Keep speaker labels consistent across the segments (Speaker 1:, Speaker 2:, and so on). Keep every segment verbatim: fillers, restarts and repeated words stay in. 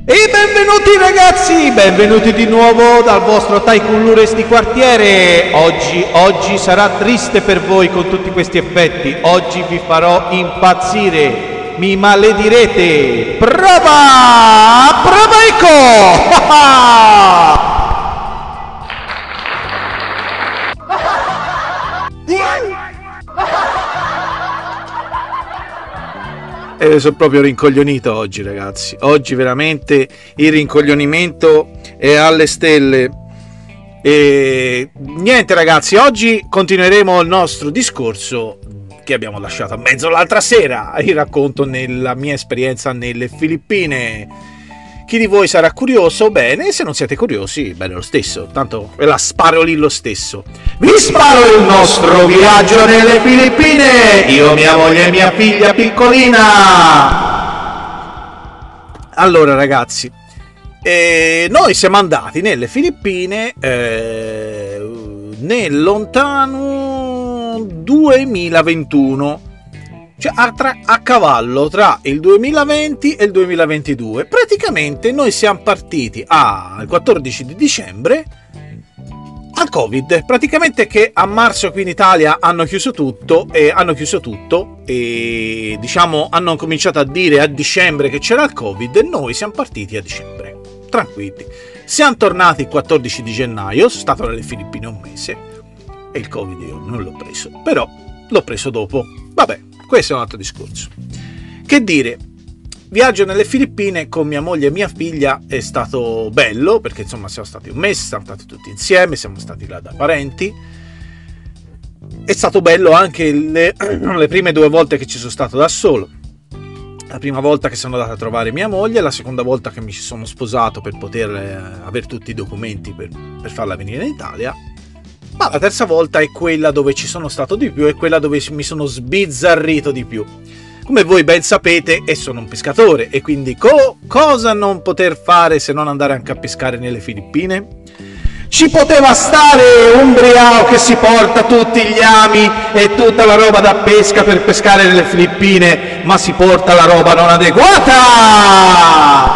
Speaker 1: E benvenuti ragazzi, benvenuti di nuovo dal vostro Tycoon Lures di quartiere. Oggi, oggi sarà triste per voi con tutti questi effetti. Oggi vi farò impazzire, mi maledirete. Prova! Prova Eco! Eh, sono proprio rincoglionito oggi ragazzi, oggi veramente il rincoglionimento è alle stelle. E niente ragazzi, oggi continueremo il nostro discorso che abbiamo lasciato a mezzo l'altra sera, il racconto nella mia esperienza nelle Filippine. Chi di voi sarà curioso? Bene, se non siete curiosi, bene lo stesso, tanto ve la sparo lì lo stesso. Vi sparo il nostro viaggio nelle Filippine, io, mia moglie e mia figlia piccolina. Allora ragazzi, eh, noi siamo andati nelle Filippine eh, nel lontano duemilaventuno. Cioè a, tra, a cavallo tra il duemilaventi e il duemilaventidue. Praticamente noi siamo partiti ah, il quattordici di dicembre al Covid. Praticamente che a marzo qui in Italia hanno chiuso tutto e hanno chiuso tutto e diciamo hanno cominciato a dire a dicembre che c'era il Covid e noi siamo partiti a dicembre. Tranquilli. Siamo tornati il quattordici di gennaio, sono stato nelle Filippine un mese e il Covid io non l'ho preso, però l'ho preso dopo. Vabbè. Questo è un altro discorso. Che dire, viaggio nelle Filippine con mia moglie e mia figlia è stato bello, perché insomma siamo stati un mese, siamo stati tutti insieme, siamo stati là da parenti. È stato bello anche le, le prime due volte che ci sono stato da solo. La prima volta che sono andato a trovare mia moglie, la seconda volta che mi ci sono sposato per poter eh, avere tutti i documenti per, per farla venire in Italia. Ma la terza volta è quella dove ci sono stato di più, è quella dove mi sono sbizzarrito di più. Come voi ben sapete, e sono un pescatore, e quindi co- cosa non poter fare se non andare anche a pescare nelle Filippine? Ci poteva stare un briao che si porta tutti gli ami e tutta la roba da pesca per pescare nelle Filippine, ma si porta la roba non adeguata!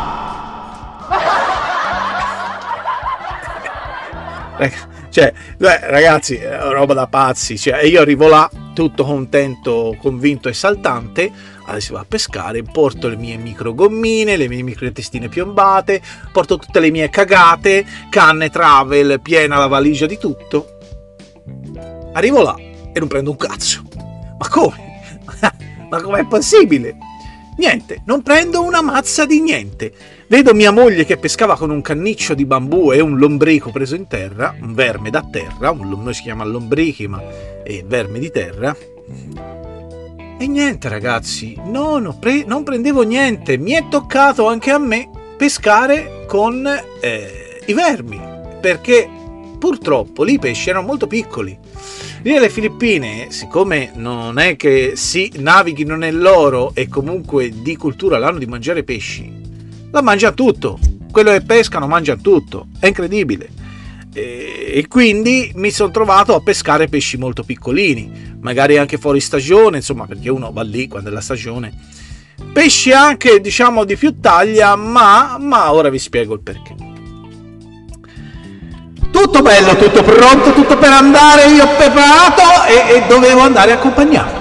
Speaker 1: Cioè, ragazzi, è roba da pazzi. Cioè, io arrivo là tutto contento, convinto e saltante. Adesso si va a pescare, porto le mie micro gommine, le mie micro testine piombate, porto tutte le mie cagate, canne travel, piena la valigia di tutto. Arrivo là e non prendo un cazzo. Ma come? Ma com'è possibile? Niente, non prendo una mazza di niente. Vedo mia moglie che pescava con un canniccio di bambù e un lombrico preso in terra, un verme da terra, un, noi si chiama lombrichi ma è verme di terra. E niente ragazzi, no, no, pre- non prendevo niente, mi è toccato anche a me pescare con eh, i vermi, perché purtroppo lì i pesci erano molto piccoli. Lì nelle Filippine, siccome non è che si navighino nell'oro e comunque di cultura l'hanno di mangiare pesci, la mangia tutto, quello che pescano mangia tutto, è incredibile. E, e quindi mi sono trovato a pescare pesci molto piccolini, magari anche fuori stagione, insomma, perché uno va lì quando è la stagione. Pesci anche, diciamo, di più taglia, ma, ma ora vi spiego il perché. Tutto bello, tutto pronto, tutto per andare, io preparato e, e dovevo andare accompagnato.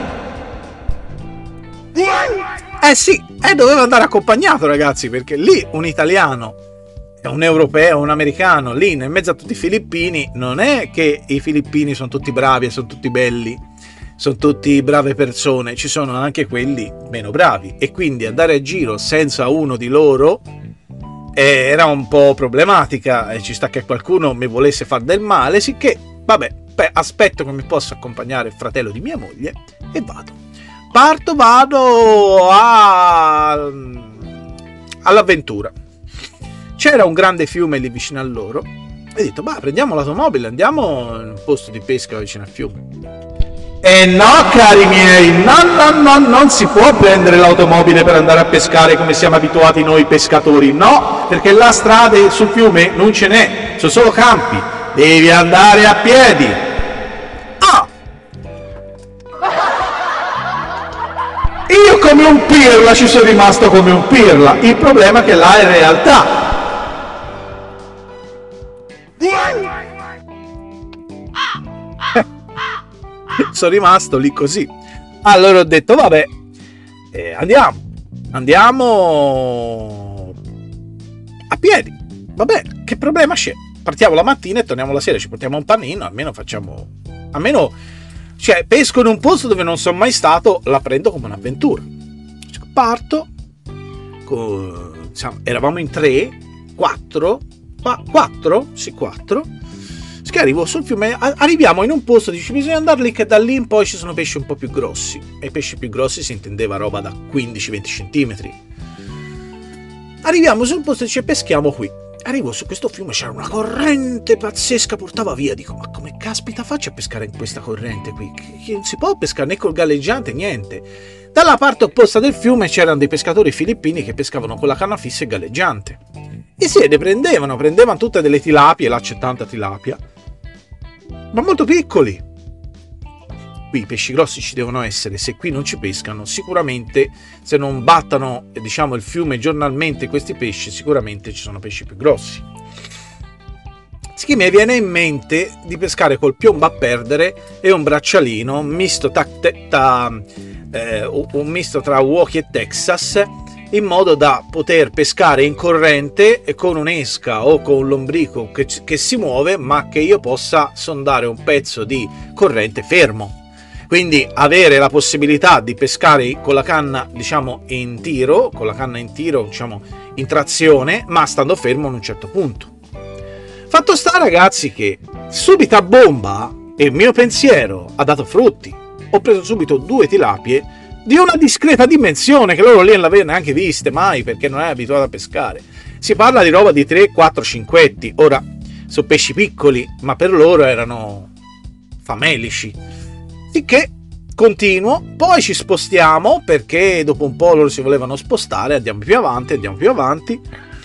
Speaker 1: Eh sì, e dovevo andare accompagnato ragazzi, perché lì un italiano, un europeo, un americano, lì nel mezzo a tutti i filippini, non è che i filippini sono tutti bravi e sono tutti belli, sono tutti brave persone, ci sono anche quelli meno bravi e quindi andare a giro senza uno di loro era un po' problematica e ci sta che qualcuno mi volesse far del male, sicché vabbè, aspetto che mi possa accompagnare il fratello di mia moglie e vado. Parto, vado a... all'avventura. C'era un grande fiume lì vicino a loro e ho detto, bah, prendiamo l'automobile, andiamo in un posto di pesca vicino al fiume. E no, cari miei, no, no, no, non si può prendere l'automobile per andare a pescare come siamo abituati noi pescatori, no, perché là strade sul fiume non ce n'è, sono solo campi, devi andare a piedi. Ah! Io come un pirla, ci sono rimasto come un pirla. Il problema è che là è realtà. Sono rimasto lì così. Allora ho detto vabbè, eh, andiamo andiamo a piedi, vabbè, che problema c'è? Partiamo la mattina e torniamo la sera, ci portiamo un panino, almeno facciamo, almeno, cioè, pesco in un posto dove non sono mai stato, la prendo come un'avventura. Parto con, diciamo, eravamo in tre, quattro, quattro, sì, quattro. Che arrivo sul fiume, arriviamo in un posto, dice bisogna andare lì che da lì in poi ci sono pesci un po' più grossi, e i pesci più grossi si intendeva roba da quindici venti centimetri. Arriviamo sul posto e dice peschiamo qui. Arrivo su questo fiume, c'era una corrente pazzesca, portava via, dico ma come caspita faccio a pescare in questa corrente qui? Che non si può pescare né col galleggiante, niente. Dalla parte opposta del fiume c'erano dei pescatori filippini che pescavano con la canna fissa e galleggiante, e se ne prendevano, prendevano tutte delle tilapie, là c'è tanta tilapia, ma molto piccoli. Qui i pesci grossi ci devono essere, se qui non ci pescano sicuramente, se non battano, diciamo, il fiume giornalmente questi pesci, sicuramente ci sono pesci più grossi. Sì, mi viene in mente di pescare col piombo a perdere e un braccialino misto, ta, ta, eh, un misto tra Walkie e Texas, in modo da poter pescare in corrente e con un'esca o con un lombrico che, che si muove, ma che io possa sondare un pezzo di corrente fermo. Quindi avere la possibilità di pescare con la canna, diciamo, in tiro, con la canna in tiro, diciamo, in trazione, ma stando fermo a un certo punto. Fatto sta, ragazzi, che subito a bomba, e il mio pensiero ha dato frutti. Ho preso subito due tilapie di una discreta dimensione, che loro lì non l'avevano neanche viste mai, perché non è abituato a pescare. Si parla di roba di tre quattro cinquetti. Ora, sono pesci piccoli, ma per loro erano famelici. Sicché continuo, poi ci spostiamo, perché dopo un po' loro si volevano spostare, andiamo più avanti, andiamo più avanti.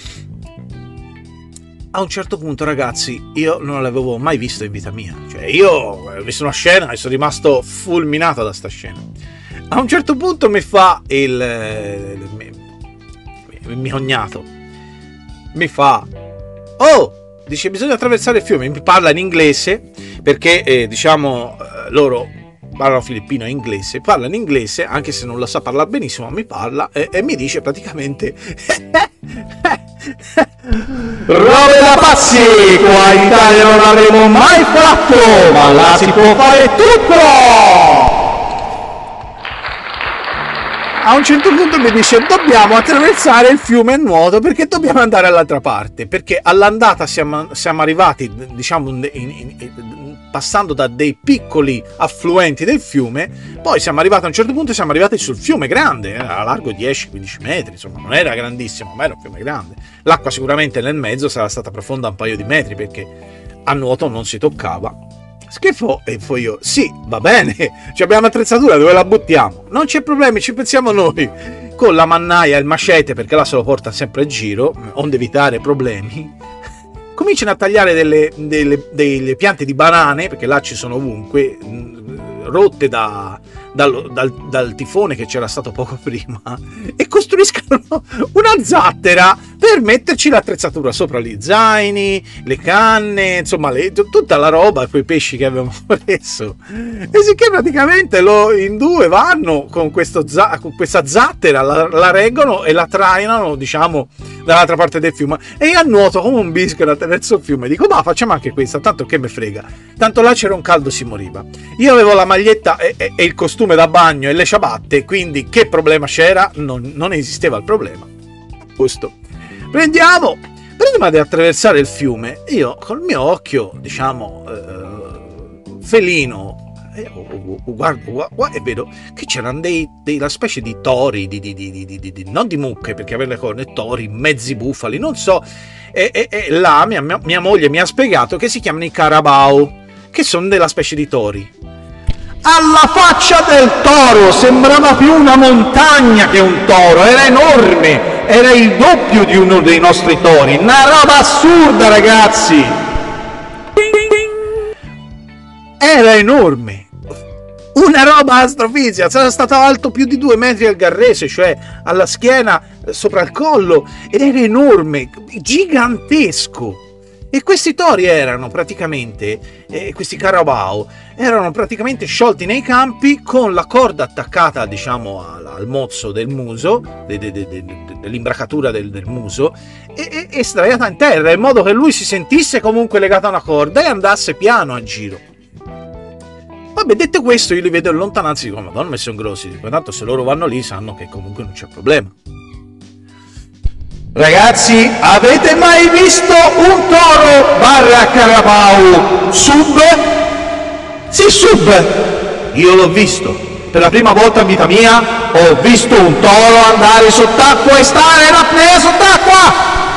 Speaker 1: A un certo punto, ragazzi, io non l'avevo mai visto in vita mia. Cioè, io ho visto una scena e sono rimasto fulminato da sta scena. A un certo punto mi fa il, il, il mio cognato, mi fa, oh, dice bisogna attraversare il fiume, mi parla in inglese, perché eh, diciamo loro parlano filippino e inglese, parla in inglese, anche se non lo sa parlare benissimo, mi parla e, e mi dice praticamente robe da pazzi, qua in Italia non l'avremo mai fatto, ma là si può fare tutto. A un certo punto mi dice dobbiamo attraversare il fiume a nuoto perché dobbiamo andare all'altra parte, perché all'andata siamo, siamo arrivati, diciamo, in, in, in, passando da dei piccoli affluenti del fiume, poi siamo arrivati a un certo punto, siamo arrivati sul fiume grande, era largo dieci quindici metri, insomma non era grandissimo, ma era un fiume grande. L'acqua sicuramente nel mezzo sarà stata profonda un paio di metri, perché a nuoto non si toccava. Schifo, e poi io, sì, va bene, ci abbiamo attrezzatura, dove la buttiamo? Non c'è problemi, ci pensiamo noi. Con la mannaia e il macete, perché là se lo porta sempre a giro, onde evitare problemi, cominciano a tagliare delle, delle, delle piante di banane, perché là ci sono ovunque, rotte da, dal, dal, dal tifone che c'era stato poco prima, e costruiscono una zattera per metterci l'attrezzatura sopra, gli zaini, le canne, insomma le, tutta la roba, quei pesci che avevamo preso, e sicché praticamente lo, in due vanno con, questo, con questa zattera, la, la reggono e la trainano, diciamo, dall'altra parte del fiume, e io a nuoto come un bischero attraverso il fiume, dico ma facciamo anche questa, tanto che me frega, tanto là c'era un caldo, si moriva, io avevo la maglietta e, e, e il costume da bagno e le ciabatte, quindi che problema c'era? Non, non esisteva il problema. Giusto. Prendiamo, prima di attraversare il fiume, io col mio occhio, diciamo, eh, felino, eh, guardo, guardo e vedo che c'erano dei, dei, una specie di tori, di, di, di, di, di, di, non di mucche, perché avere le corna, tori, mezzi bufali, non so, e, e, e là mia, mia moglie mi ha spiegato che si chiamano i carabao, che sono della specie di tori. Alla faccia del toro, sembrava più una montagna che un toro, era enorme, era il doppio di uno dei nostri tori, una roba assurda, ragazzi, era enorme. una roba astrofisica, sarà stato alto più di due metri al garrese, cioè alla schiena, sopra il collo, ed era enorme, gigantesco. E questi tori erano praticamente, eh, questi carabao, erano praticamente sciolti nei campi con la corda attaccata, diciamo, al, al mozzo del muso, de, de, de, de, dell'imbracatura del, del muso, e, e, e sdraiata in terra, in modo che lui si sentisse comunque legato a una corda e andasse piano a giro. Vabbè, detto questo, io li vedo in lontananza e dico, madonna, ma sono grossi, dico, tanto se loro vanno lì sanno che comunque non c'è problema. Ragazzi, avete mai visto un toro barra carabao sub? Sì, sub! Io l'ho visto. Per la prima volta in vita mia ho visto un toro andare sott'acqua e stare in apnea sott'acqua!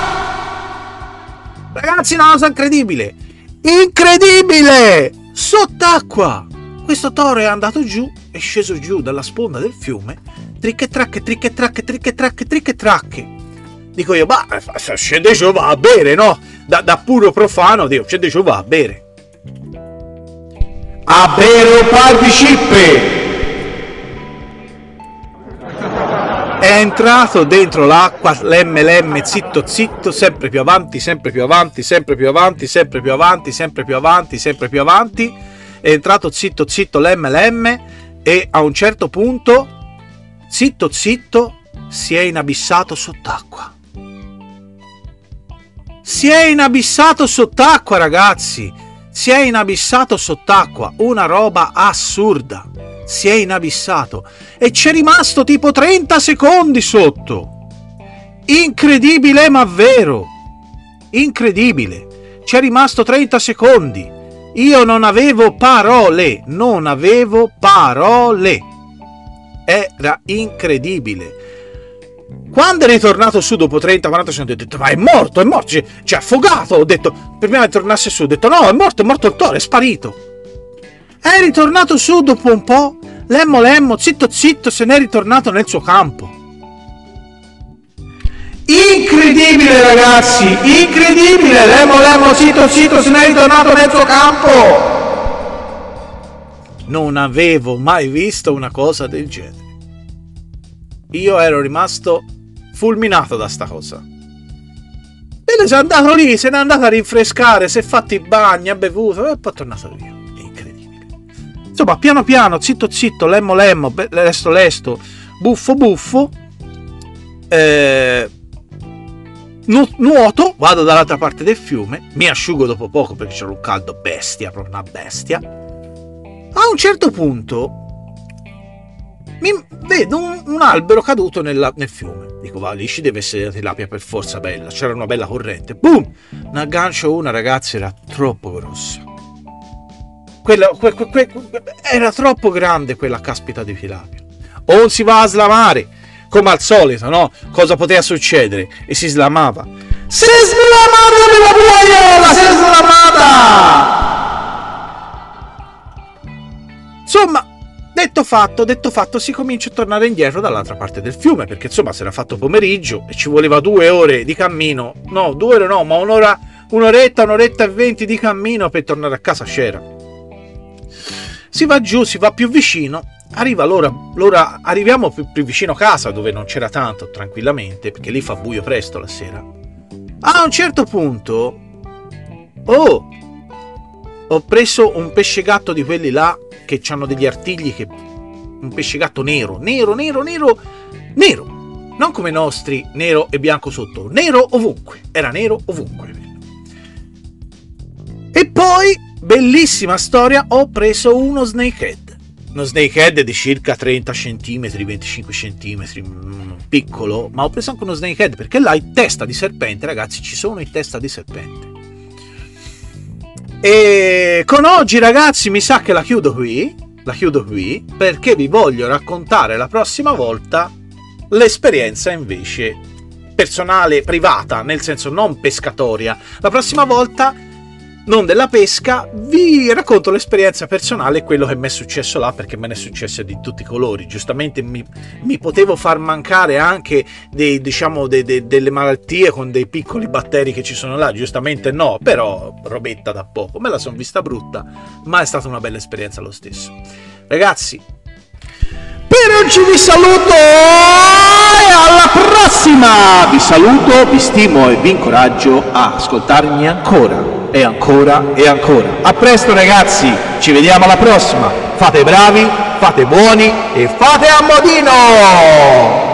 Speaker 1: Ragazzi, una cosa incredibile! Incredibile! Sott'acqua! Questo toro è andato giù, è sceso giù dalla sponda del fiume, tricche tracche, tricche tracche, tricche tracche, tricche tracche. Dico io, ma scende giù, va a bere, no? Da, da puro profano, dico, scende giù, va a bere. A bere un par di cippe! È entrato dentro l'acqua, lemme lemme, zitto zitto, sempre più avanti, sempre più avanti, sempre più avanti, sempre più avanti, sempre più avanti, sempre più avanti. È entrato zitto zitto, lemme lemme, e a un certo punto, zitto zitto, si è inabissato sott'acqua. Si è inabissato sott'acqua, ragazzi, si è inabissato sott'acqua, una roba assurda, si è inabissato e c'è rimasto tipo trenta secondi sotto, incredibile ma vero, incredibile, c'è rimasto trenta secondi, io non avevo parole, non avevo parole, era incredibile. Quando è ritornato su dopo trenta quaranta secondi, ho detto, ma è morto, è morto, c'è, c'è affogato. Ho detto, prima che tornasse su, ho detto, no, è morto, è morto il toro, è sparito. È ritornato su dopo un po', lemmo lemmo, zitto zitto, se n'è ritornato nel suo campo. Incredibile, ragazzi, incredibile, lemmo lemmo, zitto zitto, se n'è ritornato nel suo campo. Non avevo mai visto una cosa del genere. Io ero rimasto fulminato da sta cosa. E lui si è andato lì, se n'è andato a rinfrescare, si è fatto i bagni, ha bevuto e poi è tornato via. È incredibile. Insomma, piano piano, zitto zitto, lemmo lemmo, lesto lesto, buffo buffo, eh, nu- nuoto, vado dall'altra parte del fiume, mi asciugo dopo poco perché c'era un caldo bestia, proprio una bestia. A un certo punto mi vedo un, un albero caduto nella, nel fiume. Dico, va, lì ci deve essere la tilapia per forza, bella. C'era una bella corrente. Boom! Ne aggancio una, ragazzi, era troppo grossa. Quella, que, que, que, era troppo grande quella caspita di tilapia. O si va a slamare, come al solito, no? Cosa poteva succedere? E si slamava. Si è slamata la buoiola! Si è slamata! Insomma, detto fatto, detto fatto, si comincia a tornare indietro dall'altra parte del fiume, perché insomma si era fatto pomeriggio e ci voleva due ore di cammino, no, due ore no, ma un'ora, un'oretta, un'oretta e venti di cammino per tornare a casa c'era. Si va giù, si va più vicino, arriva l'ora, l'ora arriviamo più, più vicino a casa, dove non c'era tanto, tranquillamente, perché lì fa buio presto la sera. A un certo punto, oh, ho preso un pesce gatto di quelli là che hanno degli artigli, che un pesce gatto nero, nero, nero, nero, nero, non come i nostri, nero e bianco sotto, nero ovunque, era nero ovunque. E poi, bellissima storia, ho preso uno snakehead, uno snakehead di circa trenta centimetri, venticinque centimetri, piccolo, ma ho preso anche uno snakehead perché là in testa di serpente, ragazzi, ci sono in testa di serpente. E con oggi, ragazzi, mi sa che la chiudo qui, la chiudo qui, perché vi voglio raccontare la prossima volta l'esperienza invece personale, privata, nel senso non pescatoria. La prossima volta, non della pesca, vi racconto l'esperienza personale, quello che mi è successo là, perché me ne è successo di tutti i colori. Giustamente mi, mi potevo far mancare anche dei, diciamo, de, de, delle malattie con dei piccoli batteri che ci sono là, giustamente no, però robetta da poco, me la sono vista brutta, ma è stata una bella esperienza lo stesso. Ragazzi,
Speaker 2: per oggi vi saluto e alla prossima! Vi saluto, vi stimo e vi incoraggio a ascoltarmi ancora e ancora e ancora. A presto ragazzi, ci vediamo alla prossima. Fate bravi, fate buoni e fate a modino!